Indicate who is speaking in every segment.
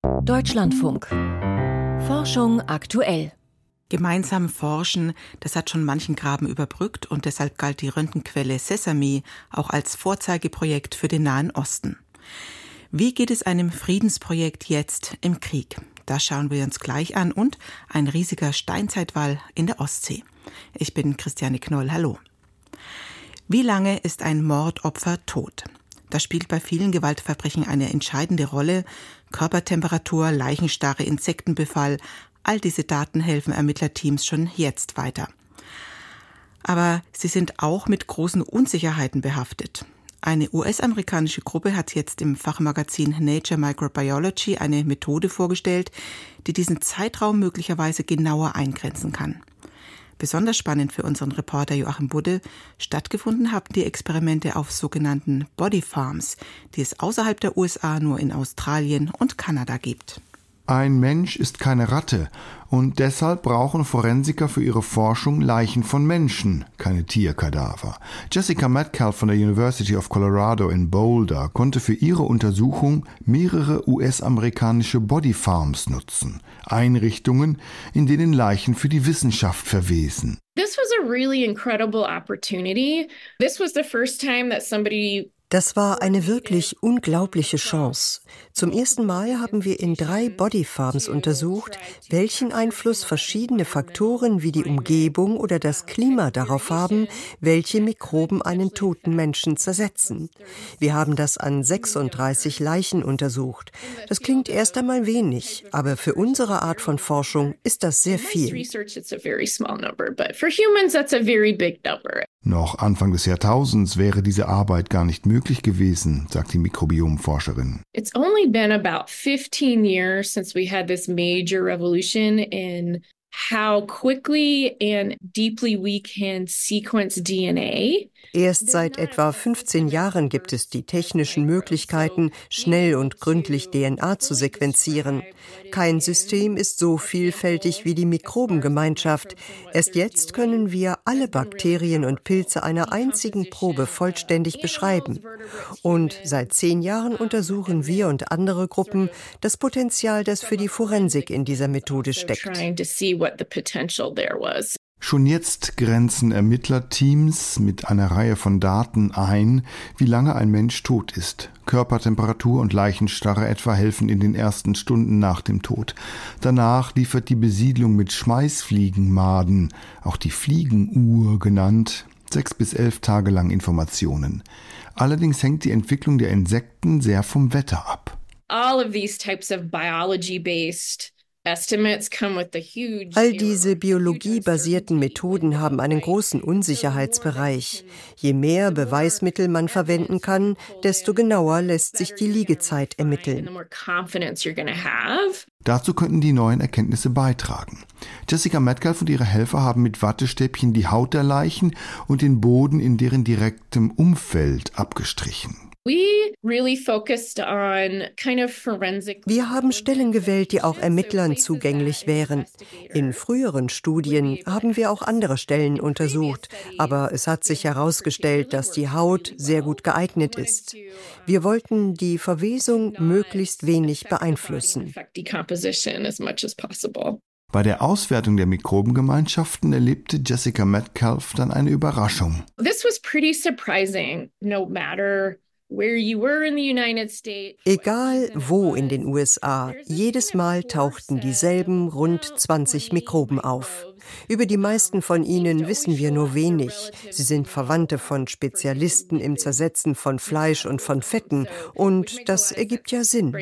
Speaker 1: Deutschlandfunk. Forschung aktuell.
Speaker 2: Gemeinsam forschen, das hat schon manchen Graben überbrückt und deshalb galt die Röntgenquelle Sesame auch als Vorzeigeprojekt für den Nahen Osten. Wie geht es einem Friedensprojekt jetzt im Krieg? Das schauen wir uns gleich an und ein riesiger Steinzeitwall in der Ostsee. Ich bin Christiane Knoll, hallo. Wie lange ist ein Mordopfer tot? Das spielt bei vielen Gewaltverbrechen eine entscheidende Rolle. Körpertemperatur, Leichenstarre, Insektenbefall, all diese Daten helfen Ermittlerteams schon jetzt weiter. Aber sie sind auch mit großen Unsicherheiten behaftet. Eine US-amerikanische Gruppe hat jetzt im Fachmagazin Nature Microbiology eine Methode vorgestellt, die diesen Zeitraum möglicherweise genauer eingrenzen kann. Besonders spannend für unseren Reporter Joachim Budde, stattgefunden haben die Experimente auf sogenannten Body Farms, die es außerhalb der USA nur in Australien und Kanada gibt.
Speaker 3: Ein Mensch ist keine Ratte und deshalb brauchen Forensiker für ihre Forschung Leichen von Menschen, keine Tierkadaver. Jessica Metcalf von der University of Colorado in Boulder konnte für ihre Untersuchung mehrere US-amerikanische Body Farms nutzen. Einrichtungen, in denen Leichen für die Wissenschaft verwesen.
Speaker 4: This was a really incredible opportunity. This was the first time that somebody
Speaker 5: Das war eine wirklich unglaubliche Chance. Zum ersten Mal haben wir in 3 Bodyfarms untersucht, welchen Einfluss verschiedene Faktoren wie die Umgebung oder das Klima darauf haben, welche Mikroben einen toten Menschen zersetzen. Wir haben das an 36 Leichen untersucht. Das klingt erst einmal wenig, aber für unsere Art von Forschung ist das sehr viel.
Speaker 3: Noch Anfang des Jahrtausends wäre diese Arbeit gar nicht möglich gewesen, sagt die Mikrobiomforscherin.
Speaker 4: It's only been about 15 years since we had this major revolution in how quickly and deeply we can sequence DNA.
Speaker 5: Erst seit etwa 15 Jahren gibt es die technischen Möglichkeiten, schnell und gründlich DNA zu sequenzieren. Kein System ist so vielfältig wie die Mikrobengemeinschaft. Erst jetzt können wir alle Bakterien und Pilze einer einzigen Probe vollständig beschreiben. Und seit 10 Jahren untersuchen wir und andere Gruppen das Potenzial, das für die Forensik in dieser Methode steckt.
Speaker 3: Schon jetzt grenzen Ermittlerteams mit einer Reihe von Daten ein, wie lange ein Mensch tot ist. Körpertemperatur und Leichenstarre etwa helfen in den ersten Stunden nach dem Tod. Danach liefert die Besiedlung mit Schmeißfliegenmaden, auch die Fliegenuhr genannt, 6 bis 11 Tage lang Informationen. Allerdings hängt die Entwicklung der Insekten sehr vom Wetter ab.
Speaker 4: All of these types of biology-based
Speaker 5: All diese biologiebasierten Methoden haben einen großen Unsicherheitsbereich. Je mehr Beweismittel man verwenden kann, desto genauer lässt sich die Liegezeit ermitteln.
Speaker 3: Dazu könnten die neuen Erkenntnisse beitragen. Jessica Metcalf und ihre Helfer haben mit Wattestäbchen die Haut der Leichen und den Boden in deren direktem Umfeld abgestrichen.
Speaker 5: Wir haben Stellen gewählt, die auch Ermittlern zugänglich wären. In früheren Studien haben wir auch andere Stellen untersucht, aber es hat sich herausgestellt, dass die Haut sehr gut geeignet ist. Wir wollten die Verwesung möglichst wenig beeinflussen.
Speaker 3: Bei der Auswertung der Mikrobengemeinschaften erlebte Jessica Metcalf dann eine Überraschung.
Speaker 4: This was pretty surprising, no matter
Speaker 5: egal wo in den USA, jedes Mal tauchten dieselben rund 20 Mikroben auf. Über die meisten von ihnen wissen wir nur wenig. Sie sind Verwandte von Spezialisten im Zersetzen von Fleisch und von Fetten und das ergibt ja Sinn.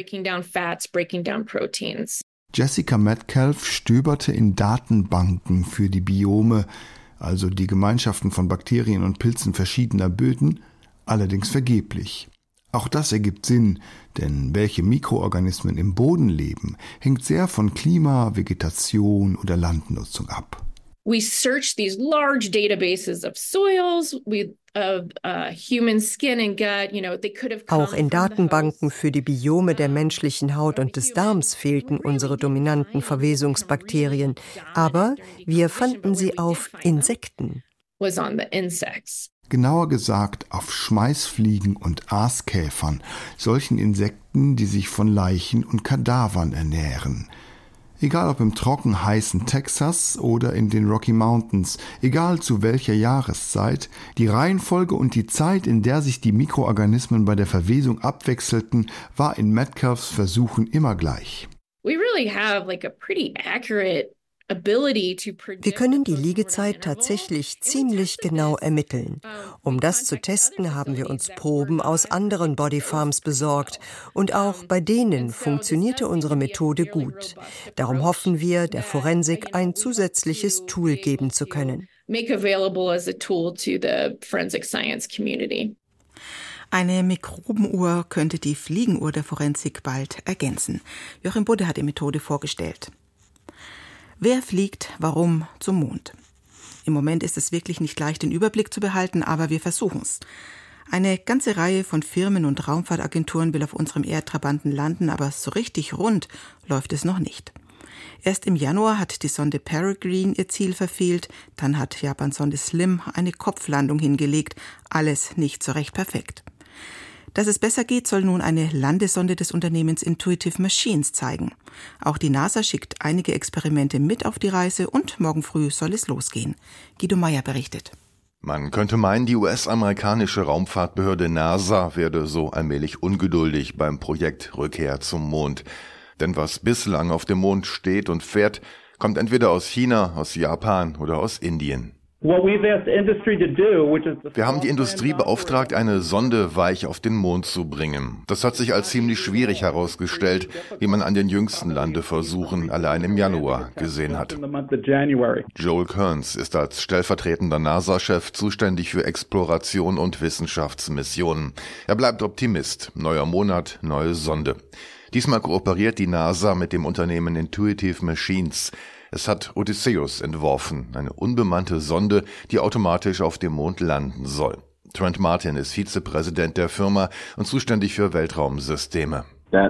Speaker 3: Jessica Metcalf stöberte in Datenbanken für die Biome, also die Gemeinschaften von Bakterien und Pilzen verschiedener Böden, allerdings vergeblich. Auch das ergibt Sinn, denn welche Mikroorganismen im Boden leben, hängt sehr von Klima, Vegetation oder Landnutzung ab.
Speaker 4: We searched these large databases of soils, human skin and gut. They could have come
Speaker 5: Auch in Datenbanken für die Biome der menschlichen Haut und des Darms fehlten unsere dominanten Verwesungsbakterien, aber wir fanden sie auf Insekten.
Speaker 4: Was on the insects.
Speaker 3: Genauer gesagt auf Schmeißfliegen und Aaskäfern, solchen Insekten, die sich von Leichen und Kadavern ernähren. Egal ob im trocken heißen Texas oder in den Rocky Mountains, egal zu welcher Jahreszeit, die Reihenfolge und die Zeit, in der sich die Mikroorganismen bei der Verwesung abwechselten, war in Metcalfs Versuchen immer gleich.
Speaker 4: We really have like a pretty accurate
Speaker 5: Wir können die Liegezeit tatsächlich ziemlich genau ermitteln. Um das zu testen, haben wir uns Proben aus anderen Bodyfarms besorgt und auch bei denen funktionierte unsere Methode gut. Darum hoffen wir, der Forensik ein zusätzliches Tool geben zu können.
Speaker 2: Eine Mikrobenuhr könnte die Fliegenuhr der Forensik bald ergänzen. Joachim Budde hat die Methode vorgestellt. Wer fliegt, warum zum Mond? Im Moment ist es wirklich nicht leicht, den Überblick zu behalten, aber wir versuchen's. Eine ganze Reihe von Firmen und Raumfahrtagenturen will auf unserem Erdtrabanten landen, aber so richtig rund läuft es noch nicht. Erst im Januar hat die Sonde Peregrine ihr Ziel verfehlt, dann hat Japans Sonde SLIM eine Kopflandung hingelegt, alles nicht so recht perfekt. Dass es besser geht, soll nun eine Landesonde des Unternehmens Intuitive Machines zeigen. Auch die NASA schickt einige Experimente mit auf die Reise und morgen früh soll es losgehen. Guido Meyer berichtet.
Speaker 6: Man könnte meinen, die US-amerikanische Raumfahrtbehörde NASA werde so allmählich ungeduldig beim Projekt Rückkehr zum Mond. Denn was bislang auf dem Mond steht und fährt, kommt entweder aus China, aus Japan oder aus Indien. Wir haben die Industrie beauftragt, eine Sonde weich auf den Mond zu bringen. Das hat sich als ziemlich schwierig herausgestellt, wie man an den jüngsten Landeversuchen allein im Januar gesehen hat. Joel Kearns ist als stellvertretender NASA-Chef zuständig für Exploration und Wissenschaftsmissionen. Er bleibt Optimist. Neuer Monat, neue Sonde. Diesmal kooperiert die NASA mit dem Unternehmen Intuitive Machines. Es hat Odysseus entworfen, eine unbemannte Sonde, die automatisch auf dem Mond landen soll. Trent Martin ist Vizepräsident der Firma und zuständig für Weltraumsysteme.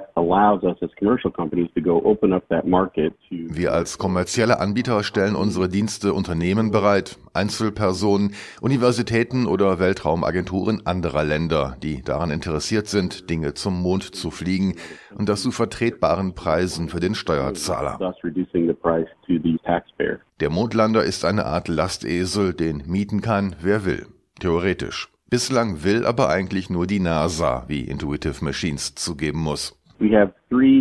Speaker 6: Wir als kommerzielle Anbieter stellen unsere Dienste Unternehmen bereit, Einzelpersonen, Universitäten oder Weltraumagenturen anderer Länder, die daran interessiert sind, Dinge zum Mond zu fliegen und das zu vertretbaren Preisen für den Steuerzahler. Der Mondlander ist eine Art Lastesel, den mieten kann, wer will. Theoretisch. Bislang will aber eigentlich nur die NASA, wie Intuitive Machines zugeben muss. Wir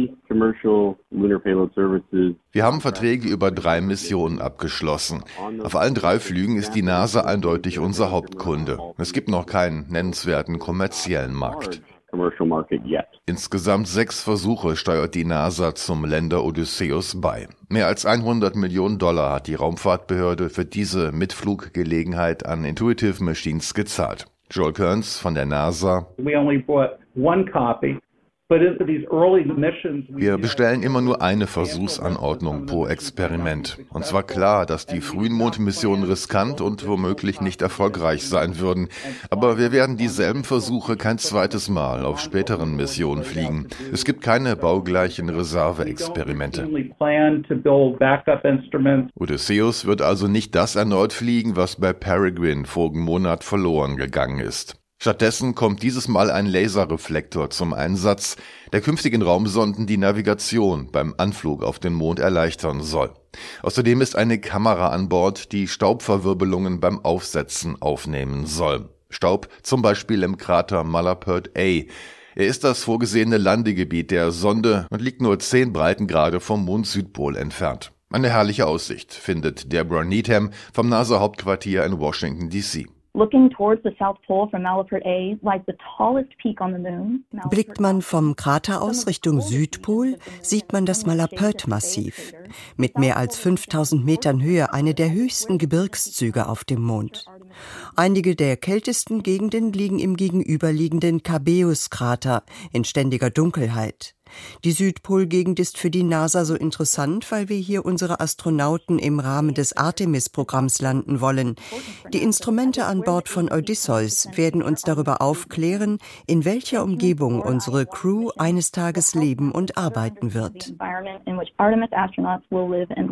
Speaker 6: haben Verträge über 3 Missionen abgeschlossen. Auf allen 3 Flügen ist die NASA eindeutig unser Hauptkunde. Es gibt noch keinen nennenswerten kommerziellen Markt. Insgesamt 6 Versuche steuert die NASA zum Lander Odysseus bei. Mehr als $100 Millionen hat die Raumfahrtbehörde für diese Mitfluggelegenheit an Intuitive Machines gezahlt. Joel Kearns von der NASA. Wir bestellen immer nur eine Versuchsanordnung pro Experiment. Uns war klar, dass die frühen Mondmissionen riskant und womöglich nicht erfolgreich sein würden. Aber wir werden dieselben Versuche kein zweites Mal auf späteren Missionen fliegen. Es gibt keine baugleichen Reserveexperimente. Odysseus wird also nicht das erneut fliegen, was bei Peregrine vorigen Monat verloren gegangen ist. Stattdessen kommt dieses Mal ein Laserreflektor zum Einsatz, der künftigen Raumsonden die Navigation beim Anflug auf den Mond erleichtern soll. Außerdem ist eine Kamera an Bord, die Staubverwirbelungen beim Aufsetzen aufnehmen soll. Staub zum Beispiel im Krater Malapert A. Er ist das vorgesehene Landegebiet der Sonde und liegt nur 10 Breitengrade vom Mond-Südpol entfernt. Eine herrliche Aussicht, findet Deborah Needham vom NASA-Hauptquartier in Washington, D.C.
Speaker 5: Blickt man vom Krater aus Richtung Südpol, sieht man das Malapert-Massiv. Mit mehr als 5000 Metern Höhe eine der höchsten Gebirgszüge auf dem Mond. Einige der kältesten Gegenden liegen im gegenüberliegenden Cabeus-Krater in ständiger Dunkelheit. Die Südpolgegend ist für die NASA so interessant, weil wir hier unsere Astronauten im Rahmen des Artemis-Programms landen wollen. Die Instrumente an Bord von Odysseus werden uns darüber aufklären, in welcher Umgebung unsere Crew eines Tages leben und arbeiten wird.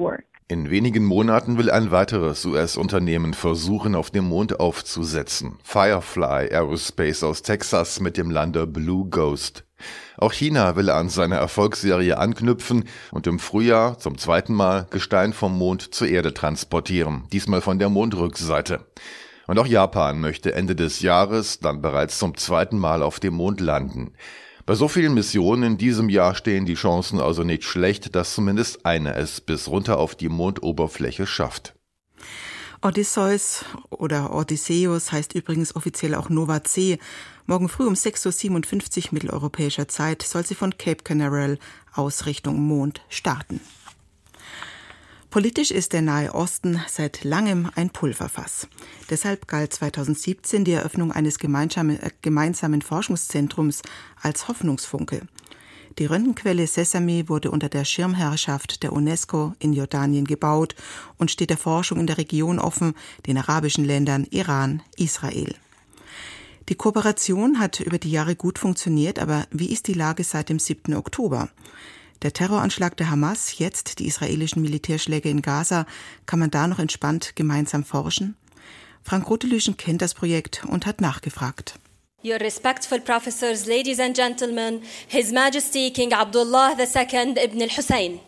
Speaker 6: In wenigen Monaten will ein weiteres US-Unternehmen versuchen, auf dem Mond aufzusetzen. Firefly Aerospace aus Texas mit dem Lander Blue Ghost. Auch China will an seine Erfolgsserie anknüpfen und im Frühjahr zum zweiten Mal Gestein vom Mond zur Erde transportieren, diesmal von der Mondrückseite. Und auch Japan möchte Ende des Jahres dann bereits zum zweiten Mal auf dem Mond landen. Bei so vielen Missionen in diesem Jahr stehen die Chancen also nicht schlecht, dass zumindest eine es bis runter auf die Mondoberfläche schafft.
Speaker 2: Odysseus oder Odysseus heißt übrigens offiziell auch Nova C. Morgen früh um 6.57 Uhr mitteleuropäischer Zeit soll sie von Cape Canaveral aus Richtung Mond starten. Politisch ist der Nahe Osten seit langem ein Pulverfass. Deshalb galt 2017 die Eröffnung eines gemeinsamen Forschungszentrums als Hoffnungsfunke. Die Röntgenquelle Sesame wurde unter der Schirmherrschaft der UNESCO in Jordanien gebaut und steht der Forschung in der Region offen, den arabischen Ländern Iran, Israel. Die Kooperation hat über die Jahre gut funktioniert, aber wie ist die Lage seit dem 7. Oktober? Der Terroranschlag der Hamas, jetzt die israelischen Militärschläge in Gaza, kann man da noch entspannt gemeinsam forschen? Frank Rotelüschen kennt das Projekt und hat nachgefragt.
Speaker 7: Your respectful professors, ladies and gentlemen, His Majesty King Abdullah II ibn al-Hussein.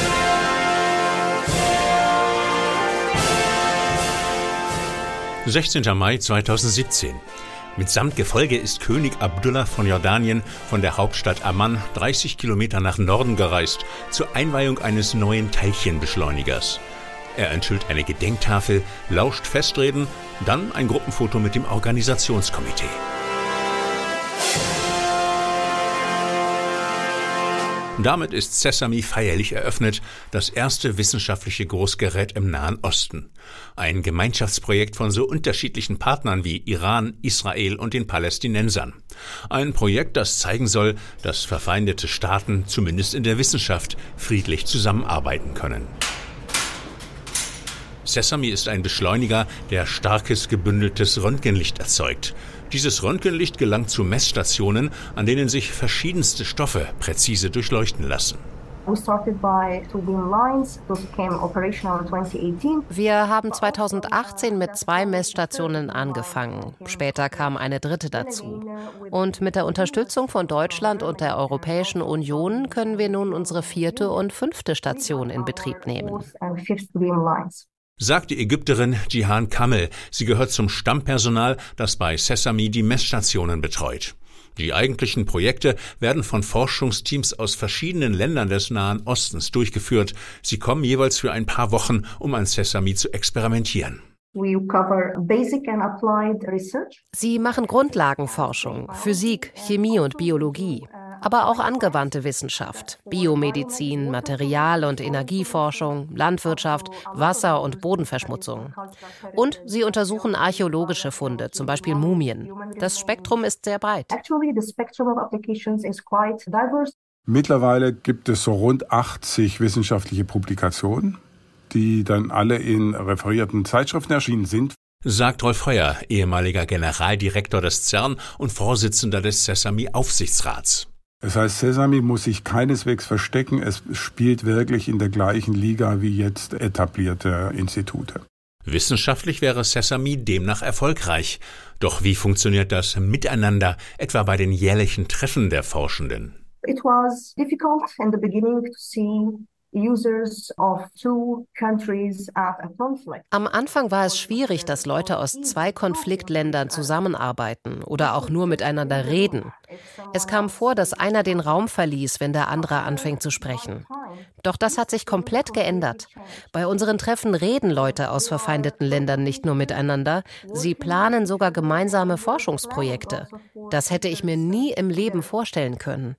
Speaker 8: »16. Mai 2017. Mitsamt Gefolge ist König Abdullah von Jordanien von der Hauptstadt Amman 30 Kilometer nach Norden gereist, zur Einweihung eines neuen Teilchenbeschleunigers. Er enthüllt eine Gedenktafel, lauscht Festreden, dann ein Gruppenfoto mit dem Organisationskomitee. Damit ist Sesame feierlich eröffnet, das erste wissenschaftliche Großgerät im Nahen Osten. Ein Gemeinschaftsprojekt von so unterschiedlichen Partnern wie Iran, Israel und den Palästinensern. Ein Projekt, das zeigen soll, dass verfeindete Staaten zumindest in der Wissenschaft friedlich zusammenarbeiten können. Sesame ist ein Beschleuniger, der starkes, gebündeltes Röntgenlicht erzeugt. Dieses Röntgenlicht gelangt zu Messstationen, an denen sich verschiedenste Stoffe präzise durchleuchten lassen.
Speaker 9: Wir haben 2018 mit 2 Messstationen angefangen. Später kam eine dritte dazu. Und mit der Unterstützung von Deutschland und der Europäischen Union können wir nun unsere 4. und 5. Station in Betrieb nehmen.
Speaker 8: Sagt die Ägypterin Jihan Kamel. Sie gehört zum Stammpersonal, das bei Sesame die Messstationen betreut. Die eigentlichen Projekte werden von Forschungsteams aus verschiedenen Ländern des Nahen Ostens durchgeführt. Sie kommen jeweils für ein paar Wochen, um an Sesame zu experimentieren.
Speaker 9: Sie machen Grundlagenforschung, Physik, Chemie und Biologie, aber auch angewandte Wissenschaft, Biomedizin, Material- und Energieforschung, Landwirtschaft, Wasser- und Bodenverschmutzung. Und sie untersuchen archäologische Funde, zum Beispiel Mumien. Das Spektrum ist sehr breit.
Speaker 10: Mittlerweile gibt es so rund 80 wissenschaftliche Publikationen, die dann alle in referierten Zeitschriften erschienen sind.
Speaker 8: Sagt Rolf Heuer, ehemaliger Generaldirektor des CERN und Vorsitzender des Sesame-Aufsichtsrats.
Speaker 10: Das heißt, Sesame muss sich keineswegs verstecken. Es spielt wirklich in der gleichen Liga wie jetzt etablierte Institute.
Speaker 8: Wissenschaftlich wäre Sesame demnach erfolgreich. Doch wie funktioniert das Miteinander, etwa bei den jährlichen Treffen der Forschenden?
Speaker 11: It was difficult in the beginning to see users of 2 countries at a conflict.
Speaker 9: Am Anfang war es schwierig, dass Leute aus 2 Konfliktländern zusammenarbeiten oder auch nur miteinander reden. Es kam vor, dass einer den Raum verließ, wenn der andere anfängt zu sprechen. Doch das hat sich komplett geändert. Bei unseren Treffen reden Leute aus verfeindeten Ländern nicht nur miteinander, sie planen sogar gemeinsame Forschungsprojekte. Das hätte ich mir nie im Leben vorstellen können.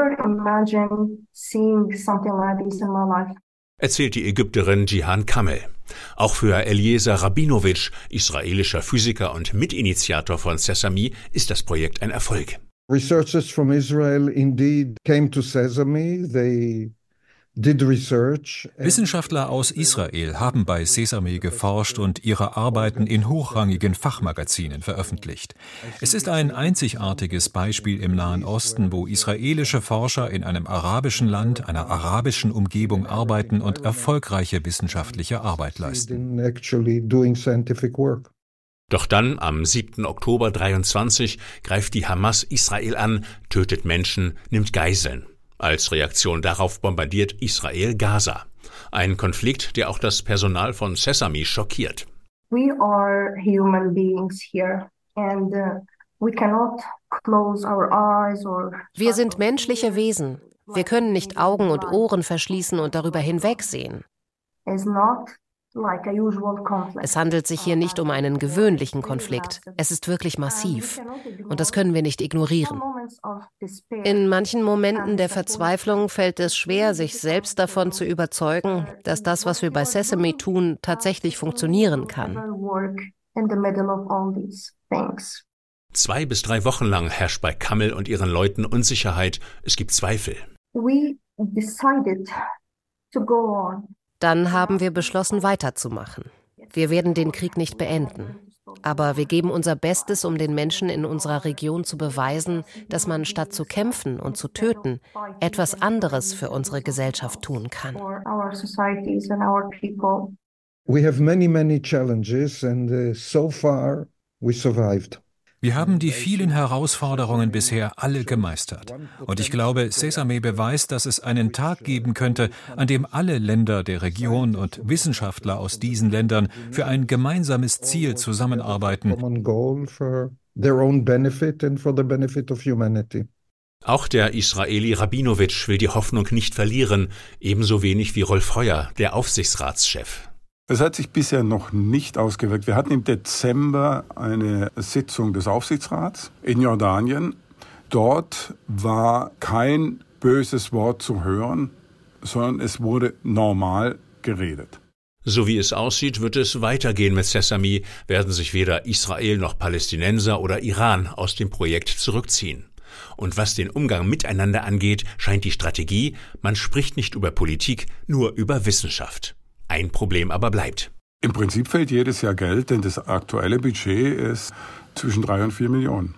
Speaker 8: Erzählt die Ägypterin Jihan Kamel. Auch für Eliezer Rabinowitsch, israelischer Physiker und Mitinitiator von Sesame, ist das Projekt ein Erfolg.
Speaker 12: Researchers from Israel indeed came to Sesame. Wissenschaftler aus Israel haben bei Sesame geforscht und ihre Arbeiten in hochrangigen Fachmagazinen veröffentlicht. Es ist ein einzigartiges Beispiel im Nahen Osten, wo israelische Forscher in einem arabischen Land, einer arabischen Umgebung arbeiten und erfolgreiche wissenschaftliche Arbeit leisten.
Speaker 8: Doch dann, am 7. Oktober 23, greift die Hamas Israel an, tötet Menschen, nimmt Geiseln. Als Reaktion darauf bombardiert Israel Gaza. Ein Konflikt, der auch das Personal von Sesame schockiert.
Speaker 11: We are human beings here and we cannot close our eyes or...
Speaker 9: Wir sind menschliche Wesen. Wir können nicht Augen und Ohren verschließen und darüber hinwegsehen.
Speaker 11: It's not like a usual conflict.
Speaker 9: Es handelt sich hier nicht um einen gewöhnlichen Konflikt. Es ist wirklich massiv. Und das können wir nicht ignorieren. In manchen Momenten der Verzweiflung fällt es schwer, sich selbst davon zu überzeugen, dass das, was wir bei Sesame tun, tatsächlich funktionieren kann.
Speaker 8: 2 bis 3 Wochen lang herrscht bei Kamel und ihren Leuten Unsicherheit. Es gibt Zweifel.
Speaker 11: We decided to go on.
Speaker 9: Dann haben wir beschlossen, weiterzumachen. Wir werden den Krieg nicht beenden. Aber wir geben unser Bestes, um den Menschen in unserer Region zu beweisen, dass man statt zu kämpfen und zu töten, etwas anderes für unsere Gesellschaft tun kann.
Speaker 13: We have many challenges and so far we survived.
Speaker 12: Wir haben die vielen Herausforderungen bisher alle gemeistert. Und ich glaube, Sesame beweist, dass es einen Tag geben könnte, an dem alle Länder der Region und Wissenschaftler aus diesen Ländern für ein gemeinsames Ziel zusammenarbeiten.
Speaker 8: Auch der Israeli Rabinowitsch will die Hoffnung nicht verlieren, ebenso wenig wie Rolf Heuer, der Aufsichtsratschef.
Speaker 10: Es hat sich bisher noch nicht ausgewirkt. Wir hatten im Dezember eine Sitzung des Aufsichtsrats in Jordanien. Dort war kein böses Wort zu hören, sondern es wurde normal geredet.
Speaker 8: So wie es aussieht, wird es weitergehen mit Sesame, werden sich weder Israel noch Palästinenser oder Iran aus dem Projekt zurückziehen. Und was den Umgang miteinander angeht, scheint die Strategie, man spricht nicht über Politik, nur über Wissenschaft. Ein Problem aber bleibt.
Speaker 10: Im Prinzip fällt jedes Jahr Geld, denn das aktuelle Budget ist zwischen 3 und 4 Millionen.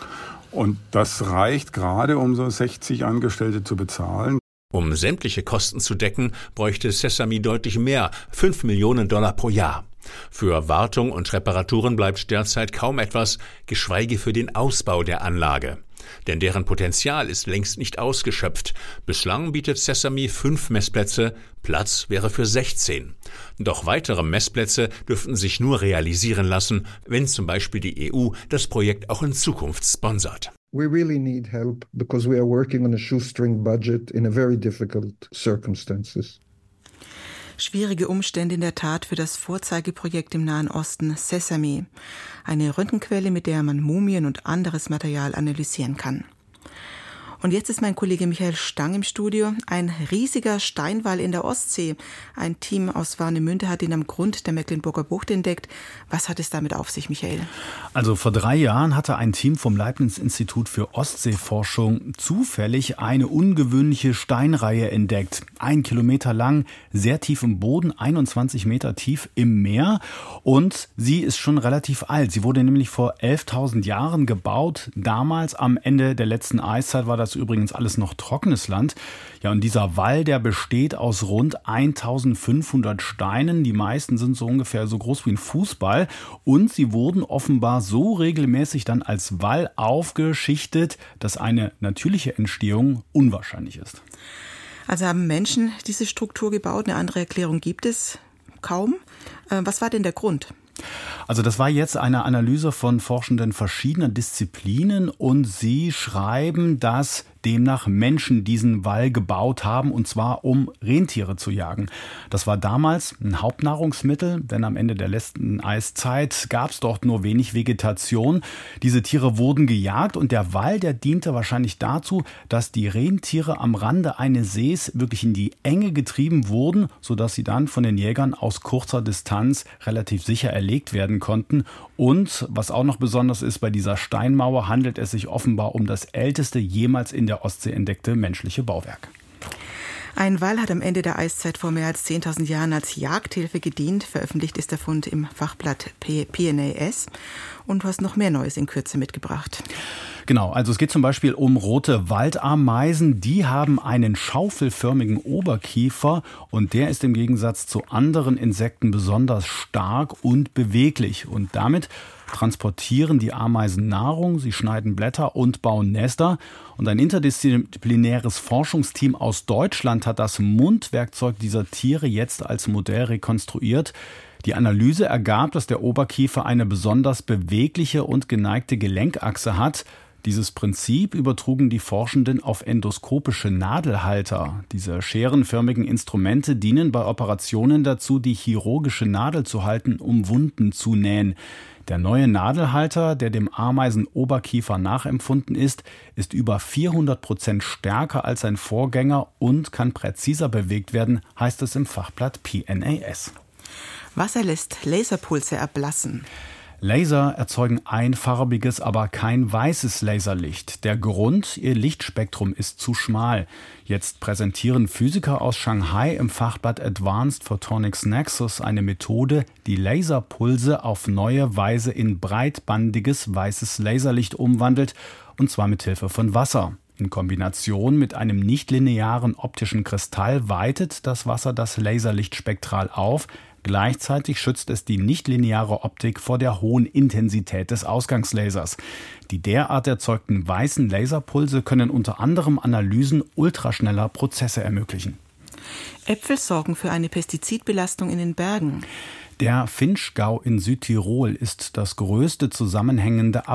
Speaker 10: Und das reicht gerade, um so 60 Angestellte zu bezahlen.
Speaker 8: Um sämtliche Kosten zu decken, bräuchte Sesame deutlich mehr, $5 Millionen pro Jahr. Für Wartung und Reparaturen bleibt derzeit kaum etwas, geschweige für den Ausbau der Anlage. Denn deren Potenzial ist längst nicht ausgeschöpft. Bislang bietet Sesame 5 Messplätze, Platz wäre für 16. Doch weitere Messplätze dürften sich nur realisieren lassen, wenn zum Beispiel die EU das Projekt auch in Zukunft sponsert.
Speaker 13: We really need help because we are working on a shoestring budget in a very difficult circumstances.
Speaker 2: Schwierige Umstände in der Tat für das Vorzeigeprojekt im Nahen Osten Sesame, eine Röntgenquelle, mit der man Mumien und anderes Material analysieren kann. Und jetzt ist mein Kollege Michael Stang im Studio. Ein riesiger Steinwall in der Ostsee. Ein Team aus Warnemünde hat ihn am Grund der Mecklenburger Bucht entdeckt. Was hat es damit auf sich, Michael?
Speaker 14: Also vor 3 Jahren hatte ein Team vom Leibniz-Institut für Ostseeforschung zufällig eine ungewöhnliche Steinreihe entdeckt. 1 Kilometer lang, sehr tief im Boden, 21 Meter tief im Meer. Und sie ist schon relativ alt. Sie wurde nämlich vor 11.000 Jahren gebaut. Damals am Ende der letzten Eiszeit war das übrigens alles noch trockenes Land. Ja, und dieser Wall, der besteht aus rund 1500 Steinen. Die meisten sind so ungefähr so groß wie ein Fußball. Und sie wurden offenbar so regelmäßig dann als Wall aufgeschichtet, dass eine natürliche Entstehung unwahrscheinlich ist.
Speaker 2: Also haben Menschen diese Struktur gebaut? Eine andere Erklärung gibt es kaum. Was war denn der Grund?
Speaker 14: Also das war jetzt eine Analyse von Forschenden verschiedener Disziplinen und sie schreiben, dass demnach Menschen diesen Wall gebaut haben, und zwar um Rentiere zu jagen. Das war damals ein Hauptnahrungsmittel, denn am Ende der letzten Eiszeit gab es dort nur wenig Vegetation. Diese Tiere wurden gejagt und der Wall, der diente wahrscheinlich dazu, dass die Rentiere am Rande eines Sees wirklich in die Enge getrieben wurden, sodass sie dann von den Jägern aus kurzer Distanz relativ sicher erlegt werden konnten. Und was auch noch besonders ist, bei dieser Steinmauer handelt es sich offenbar um das älteste jemals in der Ostsee entdeckte menschliche Bauwerk.
Speaker 2: Ein Wal hat am Ende der Eiszeit vor mehr als 10.000 Jahren als Jagdhilfe gedient. Veröffentlicht ist der Fund im Fachblatt PNAS. Und du hast noch mehr Neues in Kürze mitgebracht.
Speaker 14: Genau, also es geht zum Beispiel um rote Waldameisen. Die haben einen schaufelförmigen Oberkiefer und der ist im Gegensatz zu anderen Insekten besonders stark und beweglich. Und damit transportieren die Ameisen Nahrung, sie schneiden Blätter und bauen Nester. Und ein interdisziplinäres Forschungsteam aus Deutschland hat das Mundwerkzeug dieser Tiere jetzt als Modell rekonstruiert. Die Analyse ergab, dass der Oberkiefer eine besonders bewegliche und geneigte Gelenkachse hat. Dieses Prinzip übertrugen die Forschenden auf endoskopische Nadelhalter. Diese scherenförmigen Instrumente dienen bei Operationen dazu, die chirurgische Nadel zu halten, um Wunden zu nähen. Der neue Nadelhalter, der dem Ameisenoberkiefer nachempfunden ist über 400% stärker als sein Vorgänger und kann präziser bewegt werden, heißt es im Fachblatt PNAS.
Speaker 2: Wasser lässt Laserpulse erblassen.
Speaker 14: Laser erzeugen einfarbiges, aber kein weißes Laserlicht. Der Grund, ihr Lichtspektrum ist zu schmal. Jetzt präsentieren Physiker aus Shanghai im Fachblatt Advanced Photonics Nexus eine Methode, die Laserpulse auf neue Weise in breitbandiges weißes Laserlicht umwandelt, und zwar mit Hilfe von Wasser. In Kombination mit einem nichtlinearen optischen Kristall weitet das Wasser das Laserlicht spektral auf. Gleichzeitig schützt es die nichtlineare Optik vor der hohen Intensität des Ausgangslasers. Die derart erzeugten weißen Laserpulse können unter anderem Analysen ultraschneller Prozesse ermöglichen.
Speaker 2: Äpfel sorgen für eine Pestizidbelastung in den Bergen.
Speaker 14: Der Vinschgau in Südtirol ist das größte zusammenhängende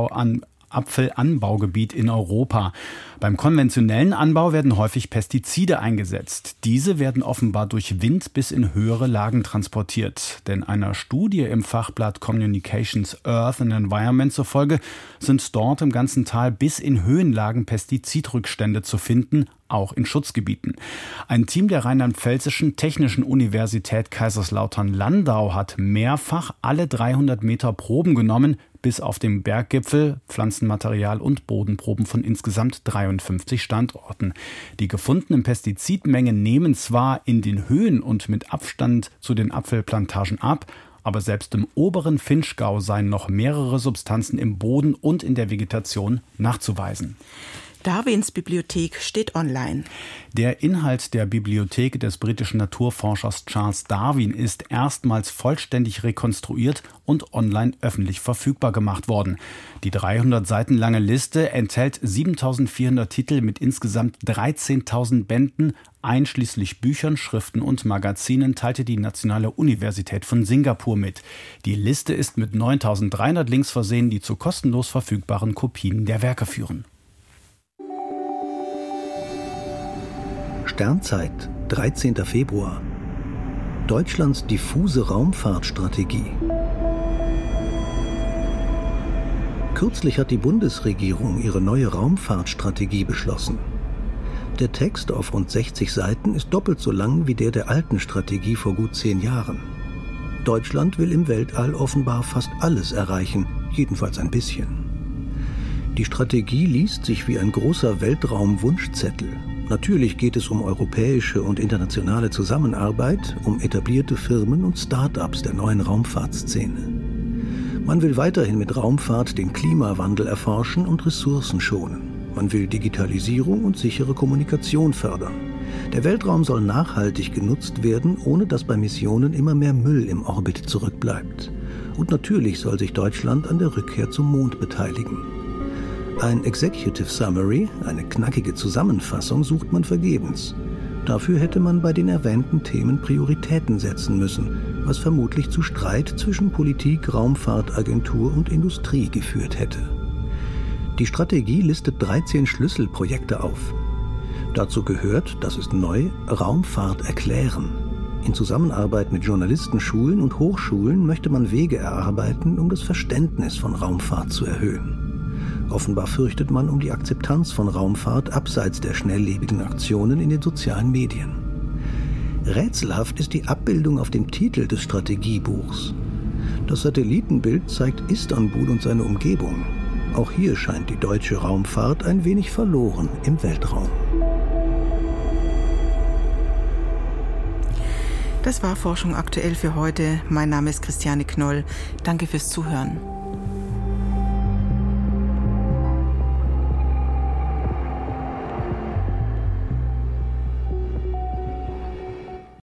Speaker 14: Apfelanbaugebiet in Europa. Beim konventionellen Anbau werden häufig Pestizide eingesetzt. Diese werden offenbar durch Wind bis in höhere Lagen transportiert. Denn einer Studie im Fachblatt Communications Earth and Environment zufolge sind dort im ganzen Tal bis in Höhenlagen Pestizidrückstände zu finden, auch in Schutzgebieten. Ein Team der Rheinland-Pfälzischen Technischen Universität Kaiserslautern-Landau hat mehrfach alle 300 Meter Proben genommen, bis auf dem Berggipfel, Pflanzenmaterial und Bodenproben von insgesamt 53 Standorten. Die gefundenen Pestizidmengen nehmen zwar in den Höhen und mit Abstand zu den Apfelplantagen ab, aber selbst im oberen Vinschgau seien noch mehrere Substanzen im Boden und in der Vegetation nachzuweisen.
Speaker 2: Darwins Bibliothek steht online.
Speaker 14: Der Inhalt der Bibliothek des britischen Naturforschers Charles Darwin ist erstmals vollständig rekonstruiert und online öffentlich verfügbar gemacht worden. Die 300 Seiten lange Liste enthält 7.400 Titel mit insgesamt 13.000 Bänden, einschließlich Büchern, Schriften und Magazinen, teilte die Nationale Universität von Singapur mit. Die Liste ist mit 9.300 Links versehen, die zu kostenlos verfügbaren Kopien der Werke führen.
Speaker 15: Sternzeit, 13. Februar. Deutschlands diffuse Raumfahrtstrategie. Kürzlich hat die Bundesregierung ihre neue Raumfahrtstrategie beschlossen. Der Text auf rund 60 Seiten ist doppelt so lang wie der alten Strategie vor gut 10 Jahren. Deutschland will im Weltall offenbar fast alles erreichen, jedenfalls ein bisschen. Die Strategie liest sich wie ein großer Weltraum-Wunschzettel. Natürlich geht es um europäische und internationale Zusammenarbeit, um etablierte Firmen und Start-ups der neuen Raumfahrtszene. Man will weiterhin mit Raumfahrt den Klimawandel erforschen und Ressourcen schonen. Man will Digitalisierung und sichere Kommunikation fördern. Der Weltraum soll nachhaltig genutzt werden, ohne dass bei Missionen immer mehr Müll im Orbit zurückbleibt. Und natürlich soll sich Deutschland an der Rückkehr zum Mond beteiligen. Ein Executive Summary, eine knackige Zusammenfassung, sucht man vergebens. Dafür hätte man bei den erwähnten Themen Prioritäten setzen müssen, was vermutlich zu Streit zwischen Politik, Raumfahrtagentur und Industrie geführt hätte. Die Strategie listet 13 Schlüsselprojekte auf. Dazu gehört, das ist neu, Raumfahrt erklären. In Zusammenarbeit mit Journalistenschulen und Hochschulen möchte man Wege erarbeiten, um das Verständnis von Raumfahrt zu erhöhen. Offenbar fürchtet man um die Akzeptanz von Raumfahrt abseits der schnelllebigen Aktionen in den sozialen Medien. Rätselhaft ist die Abbildung auf dem Titel des Strategiebuchs. Das Satellitenbild zeigt Istanbul und seine Umgebung. Auch hier scheint die deutsche Raumfahrt ein wenig verloren im Weltraum.
Speaker 2: Das war Forschung aktuell für heute. Mein Name ist Christiane Knoll. Danke fürs Zuhören.